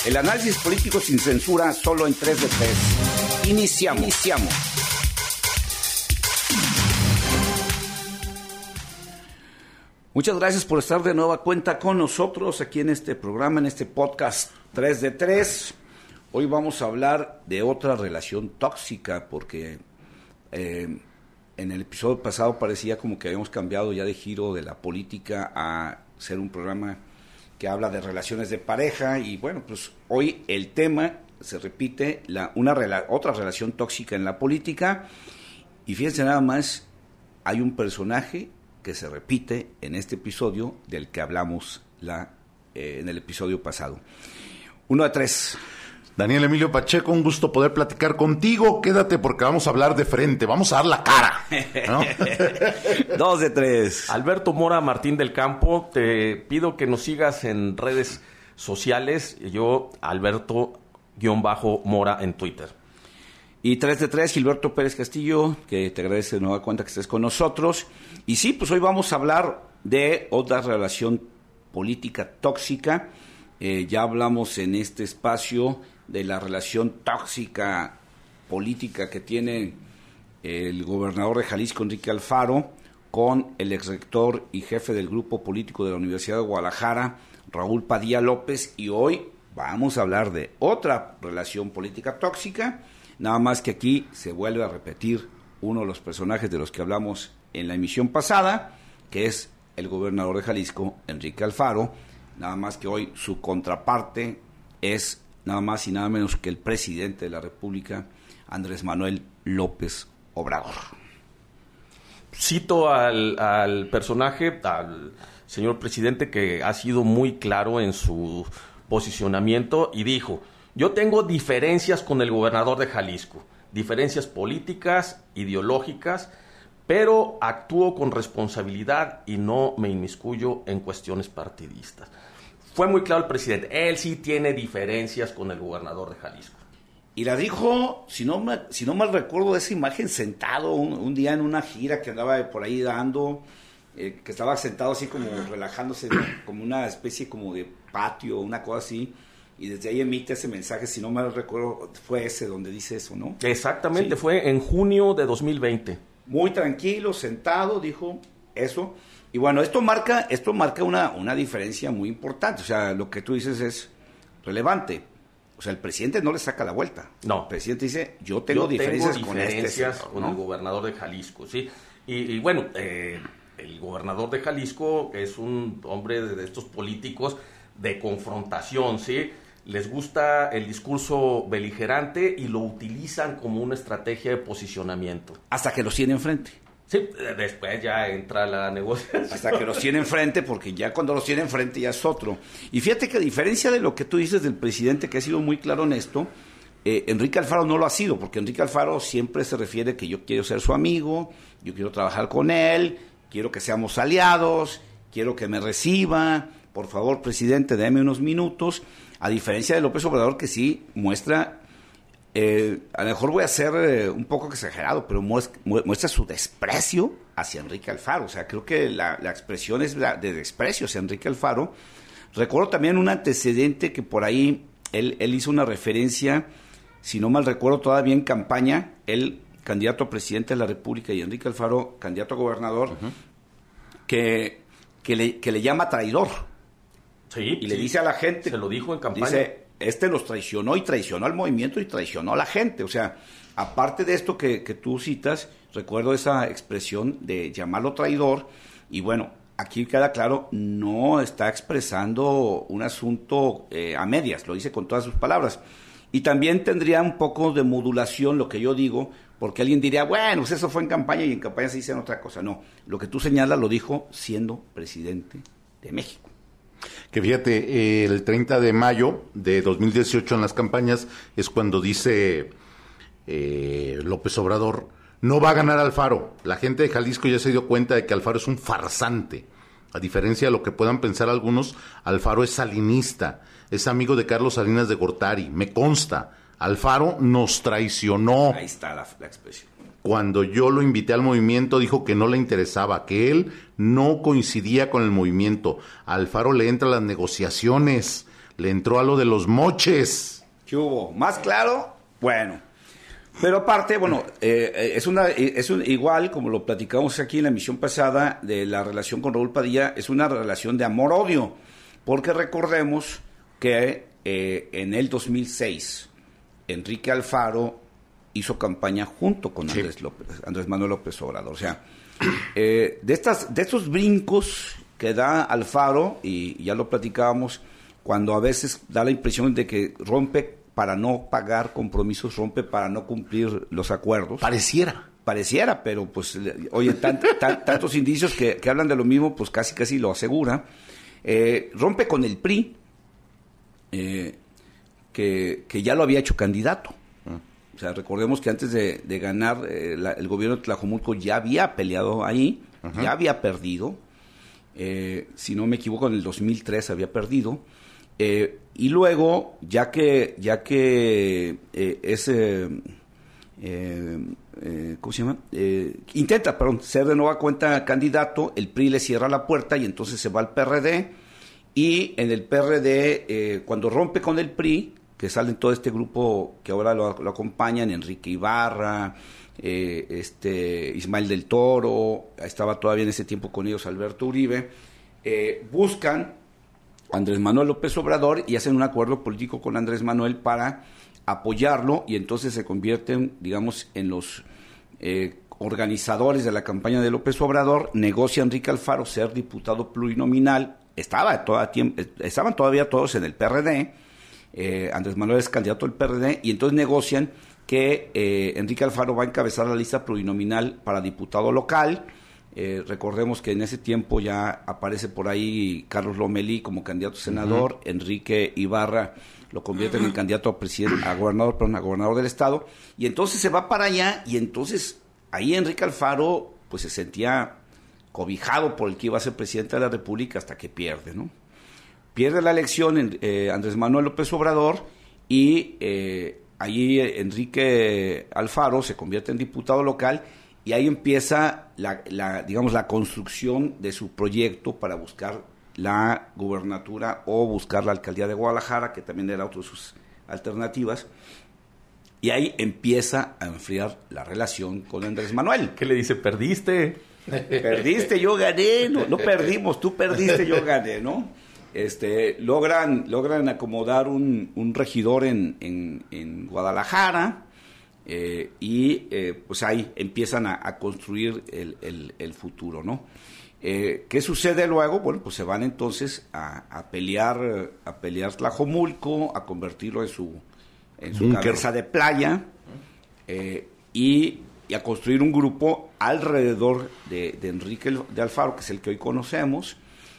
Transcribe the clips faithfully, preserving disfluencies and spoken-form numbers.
El análisis político sin censura, solo en tres de tres. Iniciamos. Iniciamos. Muchas gracias por estar de nueva cuenta con nosotros aquí en este programa, en este podcast tres de tres. Hoy vamos a hablar de otra relación tóxica porque eh, en el episodio pasado parecía como que habíamos cambiado ya de giro de la política a ser un programa que habla de relaciones de pareja y bueno, pues hoy el tema se repite, la, una rela- otra relación tóxica en la política y fíjense nada más, hay un personaje que se repite en este episodio del que hablamos la, eh, en el episodio pasado. Uno de tres. Daniel Emilio Pacheco, un gusto poder platicar contigo. Quédate porque vamos a hablar de frente, vamos a dar la cara, ¿no? Dos de tres. Alberto Mora Martín del Campo, te pido que nos sigas en redes sociales. Yo, Alberto-Mora en Twitter. Y tres de tres, Gilberto Pérez Castillo, que te agradece de nueva cuenta que estés con nosotros. Y sí, pues hoy vamos a hablar de otra relación política tóxica. Eh, ya hablamos en este espacio de la relación tóxica política que tiene el gobernador de Jalisco, Enrique Alfaro, con el exrector y jefe del grupo político de la Universidad de Guadalajara, Raúl Padilla López, y hoy vamos a hablar de otra relación política tóxica, nada más que aquí se vuelve a repetir uno de los personajes de los que hablamos en la emisión pasada, que es el gobernador de Jalisco, Enrique Alfaro, nada más que hoy su contraparte es nada más y nada menos que el presidente de la República, Andrés Manuel López Obrador. Cito al, al personaje, al señor presidente, que ha sido muy claro en su posicionamiento y dijo: yo tengo diferencias con el gobernador de Jalisco, diferencias políticas, ideológicas, pero actúo con responsabilidad y no me inmiscuyo en cuestiones partidistas. Fue muy claro el presidente, él sí tiene diferencias con el gobernador de Jalisco. Y la dijo, si no, me, si no mal recuerdo, esa imagen sentado un, un día en una gira que andaba por ahí dando, eh, que estaba sentado así como relajándose, como una especie como de patio, una cosa así, y desde ahí emite ese mensaje, si no mal recuerdo, fue ese donde dice eso, ¿no? Exactamente, sí. Fue en junio de dos mil veinte. Muy tranquilo, sentado, dijo eso. Y bueno, esto marca, esto marca una, una diferencia muy importante. O sea, lo que tú dices es relevante. O sea, el presidente no le saca la vuelta. No. El presidente dice, yo tengo, yo diferencias, tengo diferencias con, este con ¿no? el gobernador de Jalisco, ¿sí? Y, y bueno, eh, el gobernador de Jalisco es un hombre de, de estos políticos de confrontación, ¿sí? Les gusta el discurso beligerante y lo utilizan como una estrategia de posicionamiento. Hasta que los tiene enfrente. Sí, después ya entra la negociación. Hasta que los tiene enfrente, porque ya cuando los tiene enfrente ya es otro. Y fíjate que a diferencia de lo que tú dices del presidente, que ha sido muy claro en esto, eh, Enrique Alfaro no lo ha sido, porque Enrique Alfaro siempre se refiere que yo quiero ser su amigo, yo quiero trabajar con él, quiero que seamos aliados, quiero que me reciba, por favor, presidente, déme unos minutos. A diferencia de López Obrador, que sí muestra, eh, a lo mejor voy a ser eh, un poco exagerado, pero muestra, muestra su desprecio hacia Enrique Alfaro. O sea, creo que la, la expresión es la de desprecio hacia Enrique Alfaro. Recuerdo también un antecedente que por ahí él, él hizo una referencia, si no mal recuerdo, todavía en campaña, él, candidato a presidente de la República, y Enrique Alfaro, candidato a gobernador, uh-huh. que, que, le, que le llama traidor. Sí, y sí, le dice a la gente, se lo dijo en campaña, dice, este los traicionó y traicionó al movimiento y traicionó a la gente. O sea, aparte de esto que, que tú citas, recuerdo esa expresión de llamarlo traidor, y bueno, aquí queda claro, no está expresando un asunto eh, a medias, lo dice con todas sus palabras. Y también tendría un poco de modulación lo que yo digo, porque alguien diría, bueno, pues eso fue en campaña y en campaña se dicen otra cosa. No, lo que tú señalas lo dijo siendo presidente de México. Que fíjate, eh, el treinta de mayo de dos mil dieciocho en las campañas es cuando dice eh, López Obrador, no va a ganar Alfaro. La gente de Jalisco ya se dio cuenta de que Alfaro es un farsante. A diferencia de lo que puedan pensar algunos, Alfaro es salinista, es amigo de Carlos Salinas de Gortari, me consta. Alfaro nos traicionó. Ahí está la, la expresión. Cuando yo lo invité al movimiento, dijo que no le interesaba, que él no coincidía con el movimiento. A Alfaro le entran las negociaciones. le entró a lo de los moches. ¿Qué hubo? ¿Más claro? Bueno. Pero aparte, bueno, eh, es una es un, igual, como lo platicamos aquí en la emisión pasada, de la relación con Raúl Padilla, es una relación de amor-odio, porque recordemos que eh, en el dos mil seis, Enrique Alfaro hizo campaña junto con Andrés, sí. López, Andrés Manuel López Obrador. O sea, eh, de, estas, de estos brincos que da Alfaro, y, y ya lo platicábamos, cuando a veces da la impresión de que rompe para no pagar compromisos, rompe para no cumplir los acuerdos. Pareciera. Pareciera, pero pues, oye, tan, tan, tantos indicios que, que hablan de lo mismo, pues casi casi lo asegura. Eh, rompe con el P R I, eh, que, que ya lo había hecho candidato. O sea, recordemos que antes de, de ganar eh, la, el gobierno de Tlajomulco ya había peleado ahí, uh-huh. ya había perdido. Eh, si no me equivoco, en el dos mil tres había perdido. Eh, y luego, ya que ya que eh, ese eh, eh, ¿cómo se llama? Eh, intenta, perdón, ser de nueva cuenta candidato, el P R I le cierra la puerta y entonces se va al P R D, y en el P R D, eh, cuando rompe con el P R I, que salen todo este grupo que ahora lo, lo acompañan, Enrique Ibarra, eh, este Ismael del Toro, estaba todavía en ese tiempo con ellos Alberto Uribe, eh, buscan Andrés Manuel López Obrador y hacen un acuerdo político con Andrés Manuel para apoyarlo, y entonces se convierten, digamos, en los eh, organizadores de la campaña de López Obrador. Negocia Enrique Alfaro ser diputado plurinominal, estaba toda tiempo, estaban todavía todos en el P R D, eh, Andrés Manuel es candidato del P R D, y entonces negocian que eh, Enrique Alfaro va a encabezar la lista plurinominal para diputado local. Eh, recordemos que en ese tiempo ya aparece por ahí Carlos Lomelí como candidato a senador, uh-huh. Enrique Ibarra lo convierten en candidato a presidente, a gobernador, perdón, a gobernador del estado, y entonces se va para allá, y entonces ahí Enrique Alfaro pues se sentía cobijado por el que iba a ser presidente de la República hasta que pierde, ¿no? Pierde la elección en, eh, Andrés Manuel López Obrador, y eh, allí Enrique Alfaro se convierte en diputado local, y ahí empieza la, la, digamos, la construcción de su proyecto para buscar la gubernatura o buscar la alcaldía de Guadalajara, que también era otra de sus alternativas. Y ahí empieza a enfriar la relación con Andrés Manuel. ¿Qué le dice? ¿Perdiste? Perdiste, yo gané. No, no perdimos, tú perdiste, yo gané, ¿no? Este, logran, logran acomodar un, un regidor en, en, en Guadalajara. Eh, y eh, pues ahí empiezan a, a construir el, el, el futuro, ¿no? Eh, ¿Qué sucede luego? Bueno, pues se van entonces a, a pelear a pelear Tlajomulco, a convertirlo en su en su cabeza de playa, eh, y, y a construir un grupo alrededor de, de Enrique de Alfaro, que es el que hoy conocemos,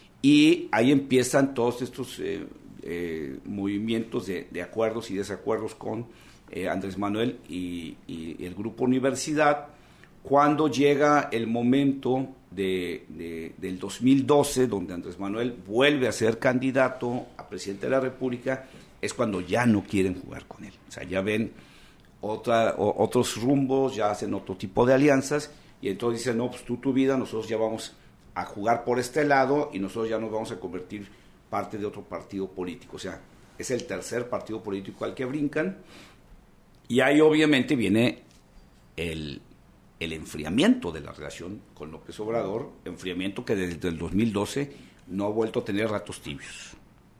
y ahí empiezan todos estos eh, eh, movimientos de, de acuerdos y desacuerdos con Eh, Andrés Manuel y, y, y el Grupo Universidad. Cuando llega el momento de, de, del dos mil doce, donde Andrés Manuel vuelve a ser candidato a presidente de la República, es cuando ya no quieren jugar con él. O sea, ya ven otra, o, otros rumbos, ya hacen otro tipo de alianzas, y entonces dicen, no, pues tú tu vida, nosotros ya vamos a jugar por este lado, y nosotros ya nos vamos a convertir parte de otro partido político. O sea, es el tercer partido político al que brincan. Y ahí obviamente viene el, el enfriamiento de la relación con López Obrador, enfriamiento que desde el dos mil doce no ha vuelto a tener ratos tibios.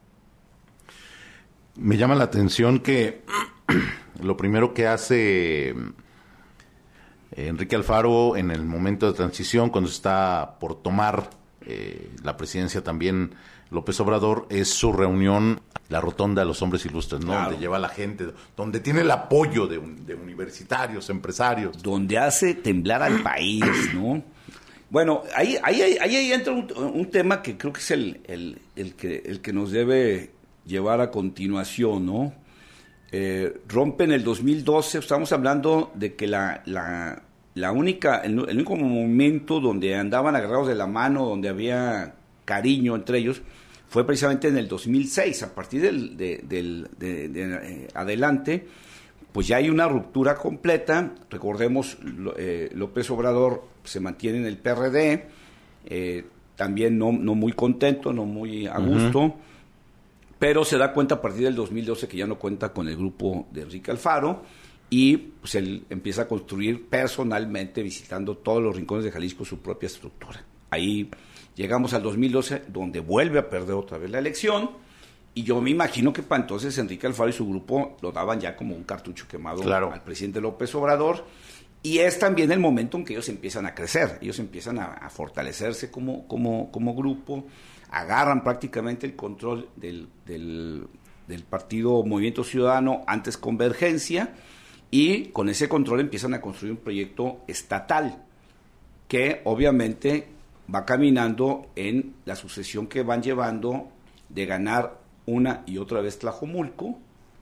Me llama la atención que lo primero que hace Enrique Alfaro en el momento de transición, cuando está por tomar eh, la presidencia también López Obrador, es su reunión, la rotonda de los hombres ilustres, ¿no? Claro. Donde lleva a la gente, donde tiene el apoyo de, un, de universitarios, empresarios. Donde hace temblar al país, ¿no? Bueno, ahí, ahí, ahí, ahí entra un, un tema que creo que es el, el, el, que, el que nos debe llevar a continuación, ¿no? Eh, rompe en el dos mil doce, estamos hablando de que la, la, la única, el, el único momento donde andaban agarrados de la mano, donde había cariño entre ellos, fue precisamente en el dos mil seis. A partir del, de, del, de, de, de eh, adelante, pues ya hay una ruptura completa. Recordemos, eh, López Obrador se mantiene en el P R D, eh, también no, no muy contento, no muy a gusto, uh-huh. pero se da cuenta a partir del dos mil doce que ya no cuenta con el grupo de Enrique Alfaro, y pues él empieza a construir personalmente, visitando todos los rincones de Jalisco, su propia estructura. Ahí llegamos al dos mil doce, donde vuelve a perder otra vez la elección, y yo me imagino que para entonces Enrique Alfaro y su grupo lo daban ya como un cartucho quemado claro. al presidente López Obrador, y es también el momento en que ellos empiezan a crecer, ellos empiezan a, a fortalecerse como, como, como grupo, agarran prácticamente el control del, del, del partido Movimiento Ciudadano, antes Convergencia, y con ese control empiezan a construir un proyecto estatal que obviamente va caminando en la sucesión que van llevando de ganar una y otra vez Tlajomulco,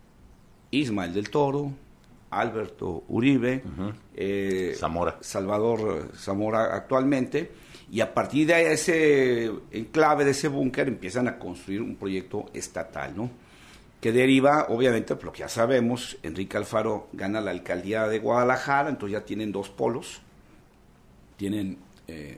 Ismael del Toro, Alberto Uribe, uh-huh. eh, Zamora. Salvador Zamora actualmente, y a partir de ese enclave, de ese búnker, empiezan a construir un proyecto estatal, ¿no? Que deriva, obviamente, por lo que ya sabemos, Enrique Alfaro gana la alcaldía de Guadalajara, entonces ya tienen dos polos, tienen eh,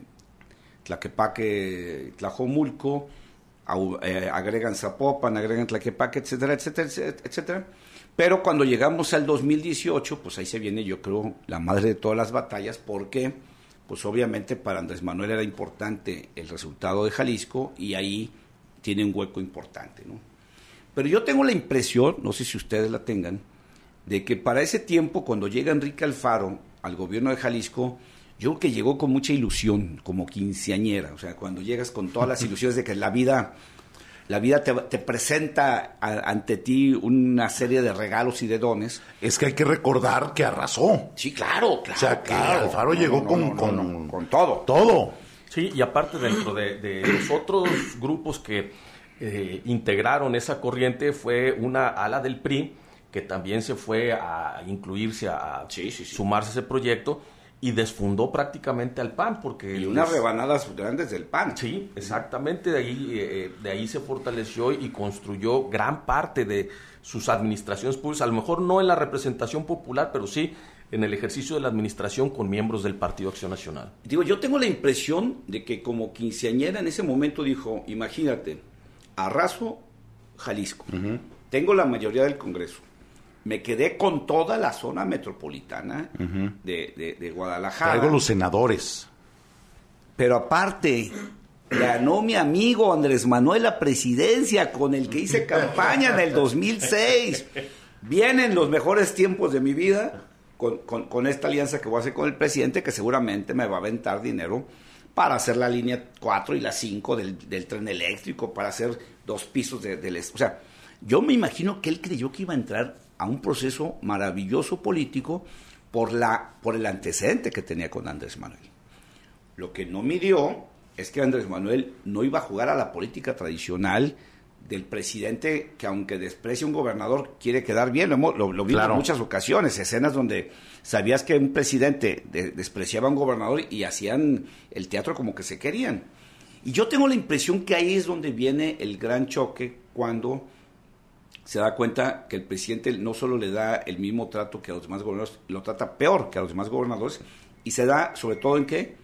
Tlaquepaque, Tlajomulco, au, eh, agregan Zapopan, agregan Tlaquepaque, etcétera, etcétera, etcétera. Pero cuando llegamos al dos mil dieciocho, pues ahí se viene, yo creo, la madre de todas las batallas, porque, pues obviamente para Andrés Manuel era importante el resultado de Jalisco, y ahí tiene un hueco importante, ¿no? Pero yo tengo la impresión, no sé si ustedes la tengan, de que para ese tiempo, cuando llega Enrique Alfaro al gobierno de Jalisco, yo creo que llegó con mucha ilusión, como quinceañera, o sea, cuando llegas con todas las ilusiones de que la vida... La vida te, te presenta a, ante ti una serie de regalos y de dones. Es que hay que recordar que arrasó. Sí, claro, claro. O sea, que claro. Alfaro no, llegó no, con, no, no, con, no, no, con todo. Todo. Sí, y aparte dentro de, de los otros grupos que eh, integraron esa corriente fue una ala del P R I que también se fue a incluirse, a sí, sí, sí. sumarse a ese proyecto, y desfundó prácticamente al P A N, porque... Y unas rebanadas grandes del P A N. Sí, exactamente, de ahí, eh, de ahí se fortaleció y construyó gran parte de sus administraciones públicas, a lo mejor no en la representación popular, pero sí en el ejercicio de la administración con miembros del Partido Acción Nacional. Digo, yo tengo la impresión de que como quinceañera en ese momento dijo, imagínate, arraso Jalisco, uh-huh. tengo la mayoría del Congreso, me quedé con toda la zona metropolitana uh-huh. de, de, de Guadalajara. Traigo los senadores. Pero aparte, ganó mi amigo Andrés Manuel la presidencia, con el que hice campaña en el dos mil seis. Vienen los mejores tiempos de mi vida con, con, con esta alianza que voy a hacer con el presidente, que seguramente me va a aventar dinero para hacer la línea cuatro y la cinco del, del tren eléctrico, para hacer dos pisos de, del... O sea, yo me imagino que él creyó que iba a entrar a un proceso maravilloso político por la por el antecedente que tenía con Andrés Manuel. Lo que no midió es que Andrés Manuel no iba a jugar a la política tradicional del presidente que, aunque desprecia a un gobernador, quiere quedar bien. Lo, lo, lo vimos claro. en muchas ocasiones, escenas donde sabías que un presidente de, despreciaba a un gobernador y hacían el teatro como que se querían. Y yo tengo la impresión que ahí es donde viene el gran choque, cuando se da cuenta que el presidente no solo le da el mismo trato que a los demás gobernadores, lo trata peor que a los demás gobernadores, y se da sobre todo en qué,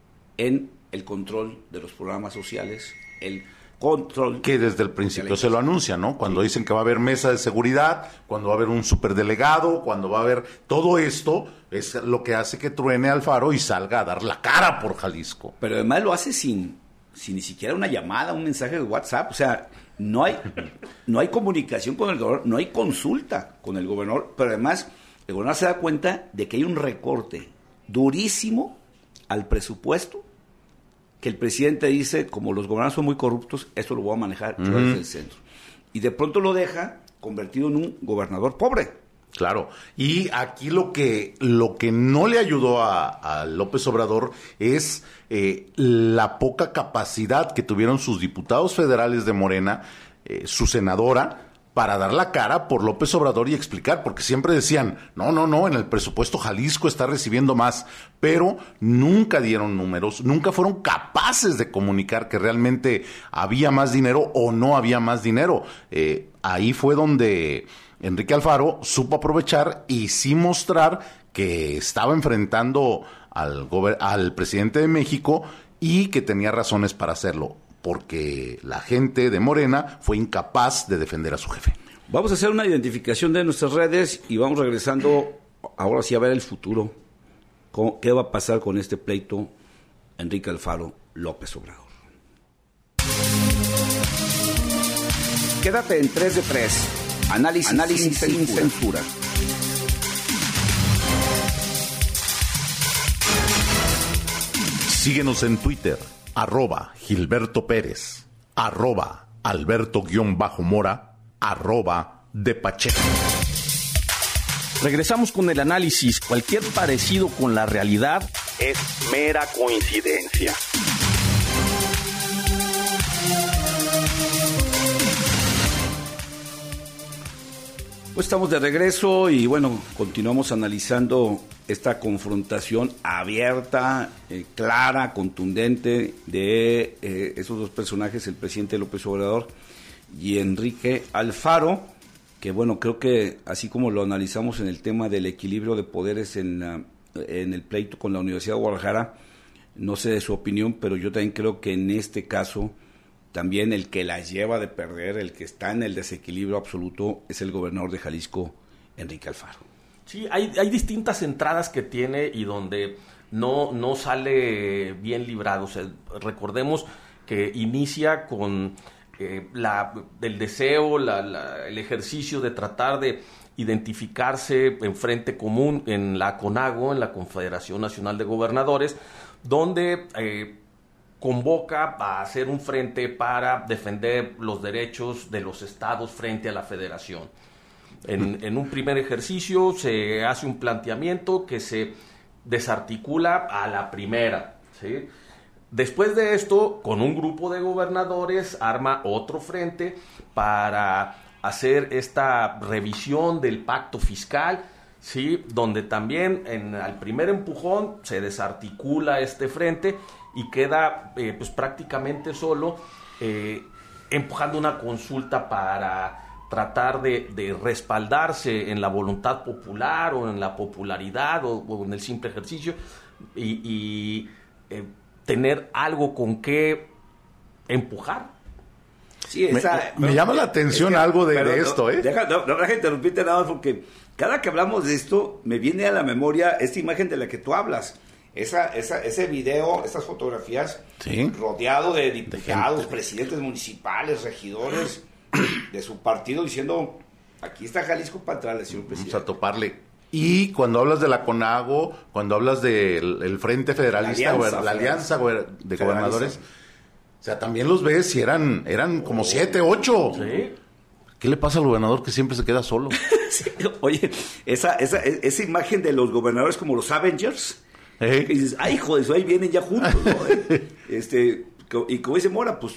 en el control de los programas sociales, el control... Que desde el principio se lo anuncia, ¿no? Cuando sí. dicen que va a haber mesa de seguridad, cuando va a haber un superdelegado, cuando va a haber... Todo esto es lo que hace que truene Alfaro y salga a dar la cara por Jalisco. Pero además lo hace sin, sin ni siquiera una llamada, un mensaje de WhatsApp, o sea... No hay, no hay comunicación con el gobernador, no hay consulta con el gobernador, pero además el gobernador se da cuenta de que hay un recorte durísimo al presupuesto, que el presidente dice, como los gobernadores son muy corruptos, esto lo voy a manejar yo uh-huh. desde el centro. Y de pronto lo deja convertido en un gobernador pobre. Claro, y aquí lo que lo que no le ayudó a, a López Obrador es eh, la poca capacidad que tuvieron sus diputados federales de Morena, eh, su senadora, para dar la cara por López Obrador y explicar, porque siempre decían, no, no, no, en el presupuesto Jalisco está recibiendo más, pero nunca dieron números, nunca fueron capaces de comunicar que realmente había más dinero o no había más dinero. Eh, ahí fue donde Enrique Alfaro supo aprovechar y sí mostrar que estaba enfrentando al, gober- al presidente de México y que tenía razones para hacerlo. porque la gente de Morena fue incapaz de defender a su jefe. Vamos a hacer una identificación de nuestras redes y vamos regresando ahora sí a ver el futuro. ¿Qué va a pasar con este pleito Enrique Alfaro López Obrador? Quédate en tres de tres. Análisis, Análisis sin, sin censura. censura. Síguenos en Twitter, arroba Gilberto Pérez, arroba Alberto-Mora, arroba de Pacheco. Regresamos con el análisis. Cualquier parecido con la realidad es mera coincidencia. Pues estamos de regreso y bueno, continuamos analizando esta confrontación abierta, eh, clara, contundente de eh, esos dos personajes, el presidente López Obrador y Enrique Alfaro, que bueno, creo que así como lo analizamos en el tema del equilibrio de poderes en, uh, en el pleito con la Universidad de Guadalajara, no sé de su opinión, pero yo también creo que en este caso también el que la lleva de perder, el que está en el desequilibrio absoluto, es el gobernador de Jalisco, Enrique Alfaro. Sí, hay, hay distintas entradas que tiene y donde no, no sale bien librado. O sea, recordemos que inicia con eh, la, el deseo, la, la, el ejercicio de tratar de identificarse en frente común en la CONAGO, en la Confederación Nacional de Gobernadores, donde Eh, convoca a hacer un frente para defender los derechos de los estados frente a la federación. En, en un primer ejercicio se hace un planteamiento que se desarticula a la primera, ¿sí? Después de esto, con un grupo de gobernadores, arma otro frente para hacer esta revisión del pacto fiscal, ¿sí? Donde también en, al primer empujón se desarticula este frente y queda eh, pues prácticamente solo eh, empujando una consulta para tratar de, de respaldarse en la voluntad popular o en la popularidad o, o en el simple ejercicio y, y eh, tener algo con qué empujar. Sí, esa, me, me llama la atención es que, algo de, de esto, no, ¿eh? Deja, no, no, deja interrumpirte nada más porque cada que hablamos de esto me viene a la memoria esta imagen de la que tú hablas. Esa, esa, ese video, esas fotografías, ¿sí? Rodeado de diputados, de presidentes municipales, regidores de su partido diciendo, aquí está Jalisco para entrarle, señor presidente. Vamos a toparle. Y cuando hablas de la CONAGO, cuando hablas del el Frente Federalista, la Alianza, la alianza de Gobernadores, o sea, también los ves y eran, eran como oh, siete, ocho. ¿Sí? ¿Qué le pasa al gobernador que siempre se queda solo? Sí, oye, esa, esa, esa imagen de los gobernadores como los Avengers, ¿eh? Que dices, ay, joder, ahí vienen ya juntos, ¿no? este, y como dice Mora, pues,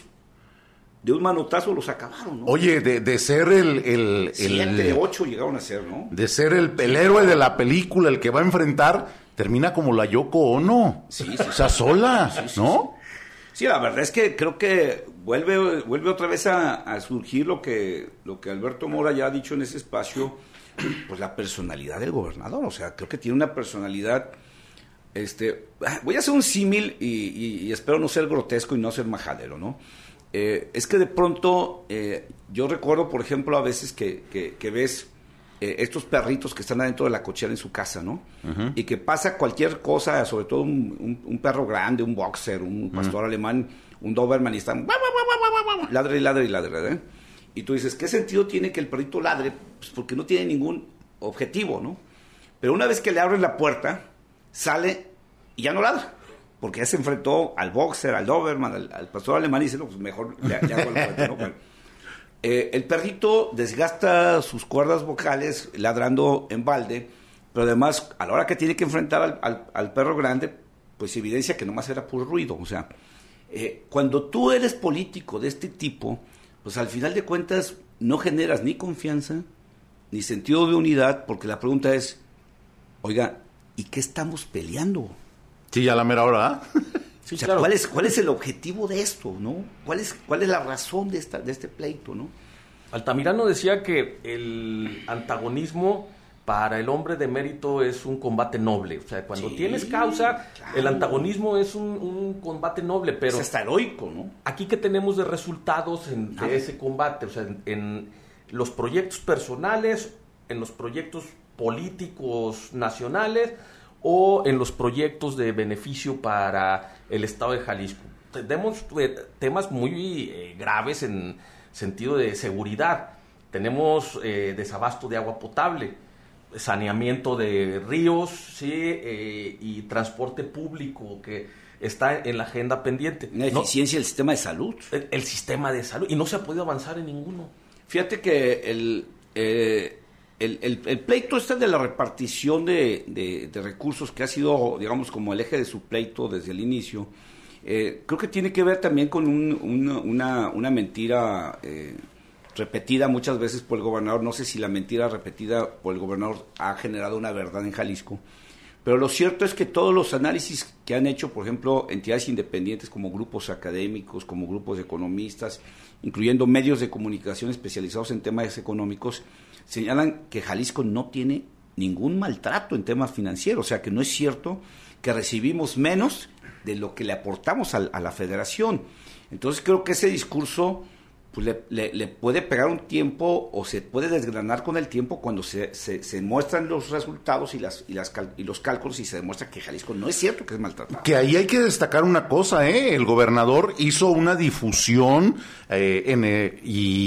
de un manotazo los acabaron, ¿no? Oye, de, de ser el... el, el Siete de ocho llegaron a ser, ¿no? De ser el, el héroe de la película, el que va a enfrentar, termina como la Yoko Ono. Sí, sí. O sea, sola, sí, sí, ¿no? Sí. Sí, la verdad es que creo que vuelve vuelve otra vez a, a surgir lo que lo que Alberto Mora ya ha dicho en ese espacio, pues la personalidad del gobernador. O sea, creo que tiene una personalidad... Este, voy a hacer un símil y, y, y espero no ser grotesco y no ser majadero, ¿no? Eh, es que de pronto eh, yo recuerdo, por ejemplo, a veces que, que, que ves eh, estos perritos que están adentro de la cochera en su casa, ¿no? Uh-huh. Y que pasa cualquier cosa, sobre todo un, un, un perro grande, un boxer, un pastor uh-huh. alemán, un Doberman, y están ladre y ladre y ladre, ¿eh? Y tú dices, ¿qué sentido tiene que el perrito ladre? Pues porque no tiene ningún objetivo, ¿no? Pero una vez que le abres la puerta, sale y ya no ladra, porque ya se enfrentó al boxer, al Doberman, al, al pastor alemán, y dice, no, pues mejor ya, ya hago la puerta, ¿no? Bueno, eh, el perrito desgasta sus cuerdas vocales ladrando en balde, pero además, a la hora que tiene que enfrentar al, al, al perro grande, pues evidencia que nomás era puro ruido. O sea, eh, cuando tú eres político de este tipo, pues al final de cuentas no generas ni confianza, ni sentido de unidad, porque la pregunta es, oiga, ¿y qué estamos peleando? Sí, ya la mera hora, ¿eh? Sí, o sea, claro. ¿cuál es, ¿cuál es el objetivo de esto, no? ¿Cuál es, cuál es la razón de, esta, de este pleito, no? Altamirano decía que el antagonismo para el hombre de mérito es un combate noble. O sea, cuando Sí, tienes causa, claro. el antagonismo es un, un combate noble, pero es hasta heroico, ¿no? aquí que tenemos de resultados en, Nada. de ese combate, o sea, en, en los proyectos personales, en los proyectos políticos nacionales o en los proyectos de beneficio para el Estado de Jalisco. Tenemos eh, temas muy eh, graves en sentido de seguridad. Tenemos eh, desabasto de agua potable, saneamiento de ríos, sí, eh, y transporte público que está en la agenda pendiente. Una eficiencia del sistema de salud. El, el sistema de salud, y no se ha podido avanzar en ninguno. Fíjate que el, eh, el, el, el pleito este de la repartición de, de, de recursos, que ha sido, digamos, como el eje de su pleito desde el inicio, eh, creo que tiene que ver también con un, un, una, una mentira eh, repetida muchas veces por el gobernador. No sé si la mentira repetida por el gobernador ha generado una verdad en Jalisco, pero lo cierto es que todos los análisis que han hecho, por ejemplo, entidades independientes como grupos académicos, como grupos de economistas, incluyendo medios de comunicación especializados en temas económicos, señalan que Jalisco no tiene ningún maltrato en temas financieros. O sea, que no es cierto que recibimos menos de lo que le aportamos a, a la federación. Entonces creo que ese discurso pues le, le, le puede pegar un tiempo o se puede desgranar con el tiempo cuando se, se, se muestran los resultados y, las, y, las cal, y los cálculos y se demuestra que Jalisco no es cierto que es maltratado. Que ahí hay que destacar una cosa, ¿eh? El gobernador hizo una difusión eh, en, eh,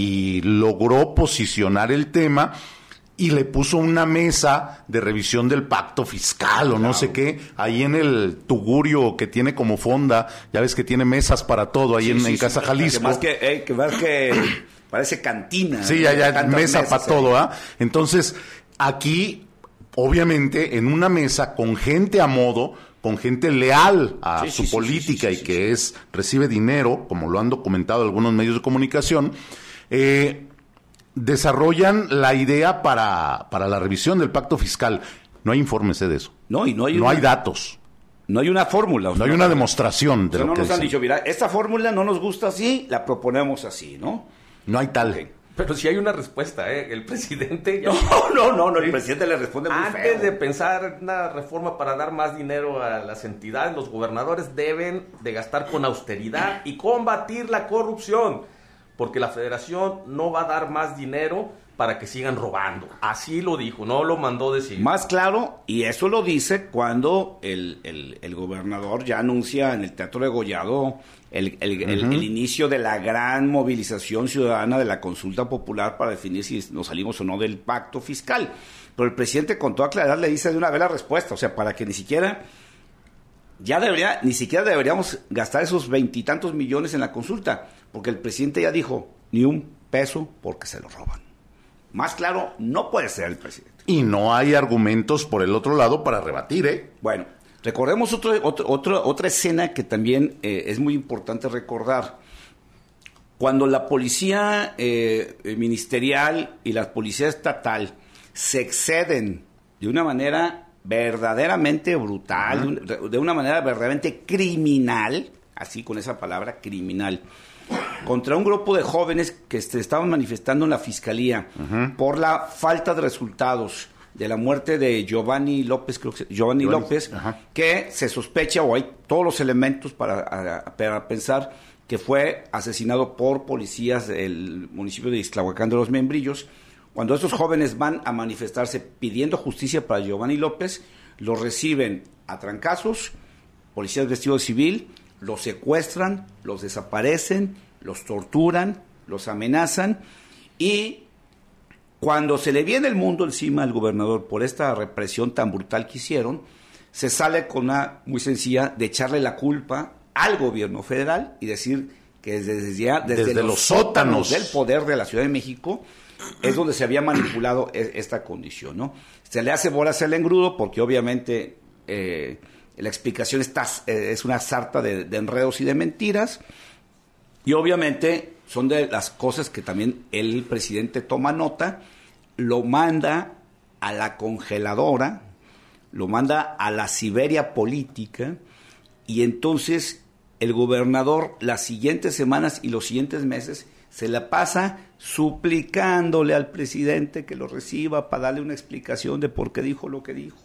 y logró posicionar el tema y le puso una mesa de revisión del pacto fiscal o no Claro. sé qué, ahí en el tugurio que tiene como fonda, ya ves que tiene mesas para todo ahí Sí, en, sí, en sí, Casa que Jalisco. más que, eh, que más que parece cantina. Sí, ya, ya, Tantas mesa mesas para ahí. todo, ¿ah? Entonces, aquí, obviamente, en una mesa con gente a modo, con gente leal a Sí, su sí, sí, política sí, sí, y sí, que sí. es recibe dinero, como lo han documentado algunos medios de comunicación, eh, desarrollan la idea para, para la revisión del pacto fiscal. No hay informes eh, de eso. No, y no hay, No una, hay datos. no hay una fórmula. o No sea, hay una demostración de o sea, lo no que nos han dicen. dicho, mira, esta fórmula no nos gusta así, la proponemos así, ¿no? No hay tal. Ok. Pero sí hay una respuesta, ¿eh? El presidente ya... No, no, no, no, el presidente le responde muy Antes feo. de pensar en una reforma para dar más dinero a las entidades, los gobernadores deben de gastar con austeridad y combatir la corrupción, porque la federación no va a dar más dinero para que sigan robando. Así lo dijo, no lo mandó decir. Más claro, y eso lo dice cuando el, el, el gobernador ya anuncia en el Teatro de Gollado el, el, el, Ujú. el inicio de la gran movilización ciudadana de la consulta popular para definir si nos salimos o no del pacto fiscal. Pero el presidente con toda claridad le dice de una vez la respuesta, o sea, para que ni siquiera, ya debería, ni siquiera deberíamos gastar esos veintitantos millones en la consulta, porque el presidente ya dijo, ni un peso porque se lo roban. Más claro, no puede ser el presidente. Y no hay argumentos por el otro lado para rebatir, ¿eh? Bueno, recordemos otro, otro, otro, otra escena que también eh, es muy importante recordar. Cuando la policía eh, ministerial y la policía estatal se exceden de una manera verdaderamente brutal, de, un- de una manera verdaderamente criminal, así con esa palabra, criminal, contra un grupo de jóvenes que se estaban manifestando en la fiscalía por la falta de resultados de la muerte de Giovanni López, creo que se- Giovanni, Giovanni, López, ajá. que se sospecha o hay todos los elementos para, a- para pensar que fue asesinado por policías del municipio de Ixtlahuacán de los Membrillos. Cuando estos jóvenes van a manifestarse pidiendo justicia para Giovanni López, los reciben a trancazos, policías vestidos de civil, los secuestran, los desaparecen, los torturan, los amenazan y cuando se le viene el mundo encima al gobernador por esta represión tan brutal que hicieron, se sale con una muy sencilla de echarle la culpa al gobierno federal y decir que desde, ya, desde, Desde los, los sótanos sótanos del poder de la Ciudad de México es donde se había manipulado e- esta condición, ¿no? Se le hace bolas el engrudo porque obviamente eh, la explicación está, eh, es una sarta de, de enredos y de mentiras y obviamente son de las cosas que también el presidente toma nota, lo manda a la congeladora, lo manda a la Siberia política y entonces el gobernador las siguientes semanas y los siguientes meses se la pasa suplicándole al presidente que lo reciba para darle una explicación de por qué dijo lo que dijo,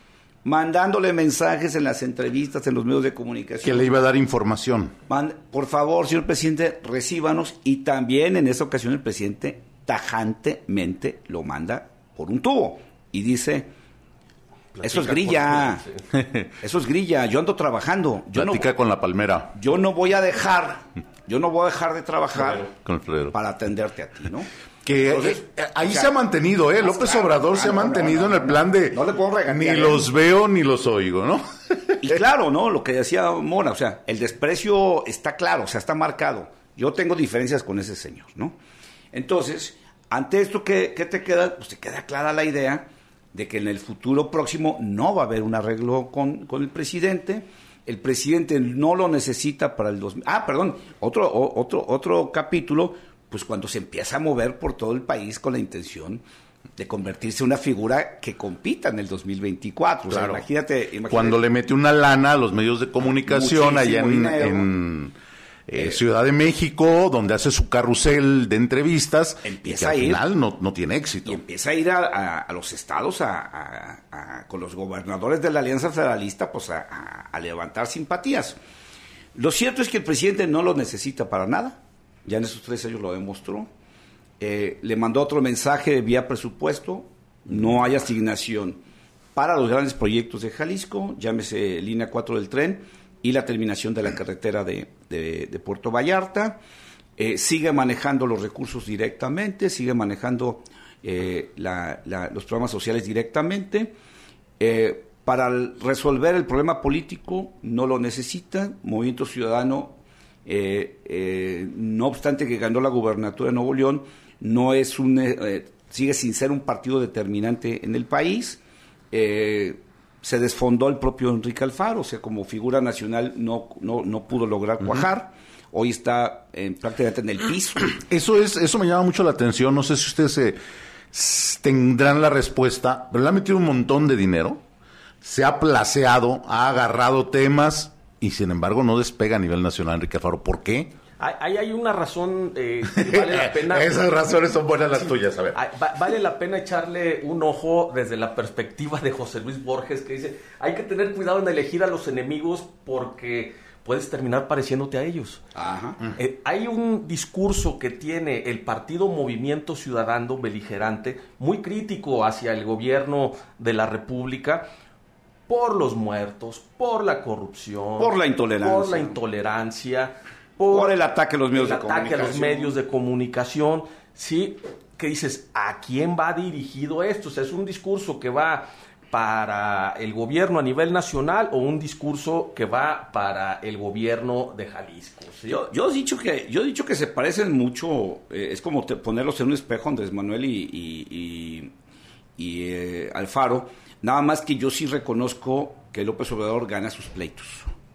mandándole mensajes en las entrevistas, en los medios de comunicación. Que le iba a dar información. Man, por favor, señor presidente, recíbanos. Y también en esa ocasión el presidente tajantemente lo manda por un tubo y dice, Platica eso es grilla, eso es grilla, yo ando trabajando. Yo Platica no, con la palmera. Yo no voy a dejar, yo no voy a dejar de trabajar con el para atenderte a ti, ¿no? Que Entonces, eh, ahí o sea, se ha mantenido, ¿eh? López claro, ah, Obrador se ha no, mantenido no, no, en el plan de no le puedo regañar, ni los veo ni los oigo, ¿no? Y claro, ¿no? Lo que decía Mora, o sea, el desprecio está claro, o sea, está marcado. Yo tengo diferencias con ese señor, ¿no? Entonces, ante esto, ¿qué, qué te queda? Pues te queda clara la idea de que en el futuro próximo no va a haber un arreglo con, con el presidente. El presidente no lo necesita para el dos mil... Ah, perdón, otro, otro, otro capítulo, pues cuando se empieza a mover por todo el país con la intención de convertirse en una figura que compita en el dos mil veinticuatro. Claro. O sea, imagínate, imagínate. Cuando le mete una lana a los medios de comunicación allá en, en eh, eh, Ciudad de México, donde hace su carrusel de entrevistas, empieza y que al a ir, final no, no tiene éxito. Y empieza a ir a, a, a los estados, a, a, a, con los gobernadores de la Alianza Federalista, pues a, a, a levantar simpatías. Lo cierto es que el presidente no lo necesita para nada. Ya en esos tres años lo demostró. Eh, le mandó otro mensaje vía presupuesto, no hay asignación para los grandes proyectos de Jalisco, llámese línea cuatro del tren y la terminación de la carretera de, de, de Puerto Vallarta. Eh, sigue manejando los recursos directamente, sigue manejando eh, la, la, los programas sociales directamente. Eh, para el, resolver el problema político no lo necesita. Movimiento Ciudadano, eh, eh, no obstante que ganó la gubernatura de Nuevo León, no es un eh, sigue sin ser un partido determinante en el país. Eh, se desfondó el propio Enrique Alfaro, o sea, como figura nacional no no, no pudo lograr cuajar. Uh-huh. Hoy está eh, prácticamente en el piso. Eso es eso me llama mucho la atención. No sé si ustedes eh, tendrán la respuesta, pero le ha metido un montón de dinero, se ha placeado, ha agarrado temas y sin embargo no despega a nivel nacional Enrique Alfaro. ¿Por qué? Hay, hay una razón eh, que vale la pena... Esas razones son buenas las tuyas, a ver. Vale la pena echarle un ojo desde la perspectiva de José Luis Borges, que dice, hay que tener cuidado en elegir a los enemigos porque puedes terminar pareciéndote a ellos. Ajá. Eh, hay un discurso que tiene el partido Movimiento Ciudadano beligerante, muy crítico hacia el gobierno de la República, por los muertos, por la corrupción, por la intolerancia, por la intolerancia, por, por el ataque a los medios el de ataque comunicación. a los medios de comunicación, sí, que dices, ¿a quién va dirigido esto? O sea, es un discurso que va para el gobierno a nivel nacional o un discurso que va para el gobierno de Jalisco. ¿Sí? Yo, yo he dicho que yo he dicho que se parecen mucho, eh, es como te, ponerlos en un espejo Andrés Manuel y, y, y, y eh, Alfaro, nada más que yo sí reconozco que López Obrador gana sus pleitos.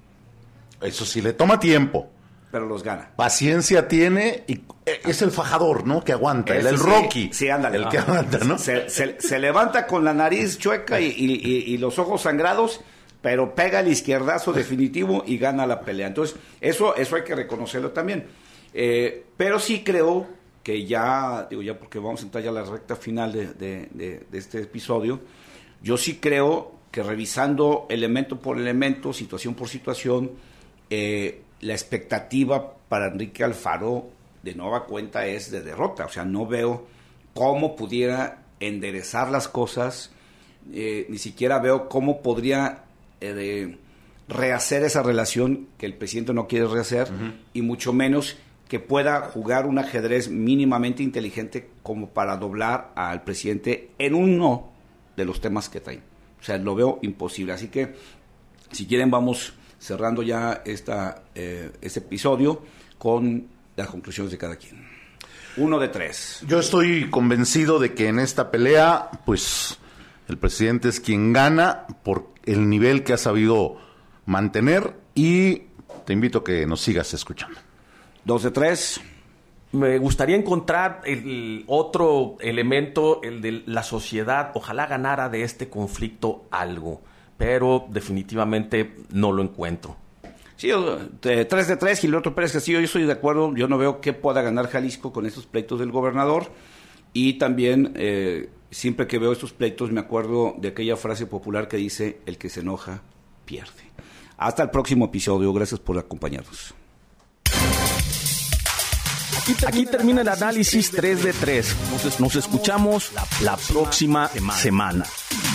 Eso sí, le toma tiempo. Pero los gana. Paciencia tiene y es el fajador, ¿no? Que aguanta, el, el sí, Rocky. Sí, ándale. El que aguanta, ¿no? Se, se, se levanta con la nariz chueca y, y, y, y los ojos sangrados, pero pega el izquierdazo definitivo y gana la pelea. Entonces, eso, eso hay que reconocerlo también. Eh, pero sí creo que ya, digo ya porque vamos a entrar ya a la recta final de, de, de, de este episodio, yo sí creo que revisando elemento por elemento, situación por situación, eh, la expectativa para Enrique Alfaro de nueva cuenta es de derrota. O sea, no veo cómo pudiera enderezar las cosas, eh, ni siquiera veo cómo podría eh, de rehacer esa relación que el presidente no quiere rehacer, uh-huh. y mucho menos que pueda jugar un ajedrez mínimamente inteligente como para doblar al presidente en uno de los temas que traen. O sea, lo veo imposible. Así que, si quieren, vamos cerrando ya esta, eh, este episodio con las conclusiones de cada quien. Uno de tres. Yo estoy convencido de que en esta pelea, pues, el presidente es quien gana por el nivel que ha sabido mantener, y te invito a que nos sigas escuchando. Dos de tres. Me gustaría encontrar el otro elemento, el de la sociedad. Ojalá ganara de este conflicto algo, pero definitivamente no lo encuentro. Sí, tres de tres, Gilberto Pérez Castillo, yo estoy de acuerdo, yo no veo qué pueda ganar Jalisco con estos pleitos del gobernador, y también eh, siempre que veo estos pleitos me acuerdo de aquella frase popular que dice, el que se enoja, pierde. Hasta el próximo episodio, gracias por acompañarnos. Aquí termina, Aquí termina el análisis tres de tres. Nos escuchamos la próxima semana.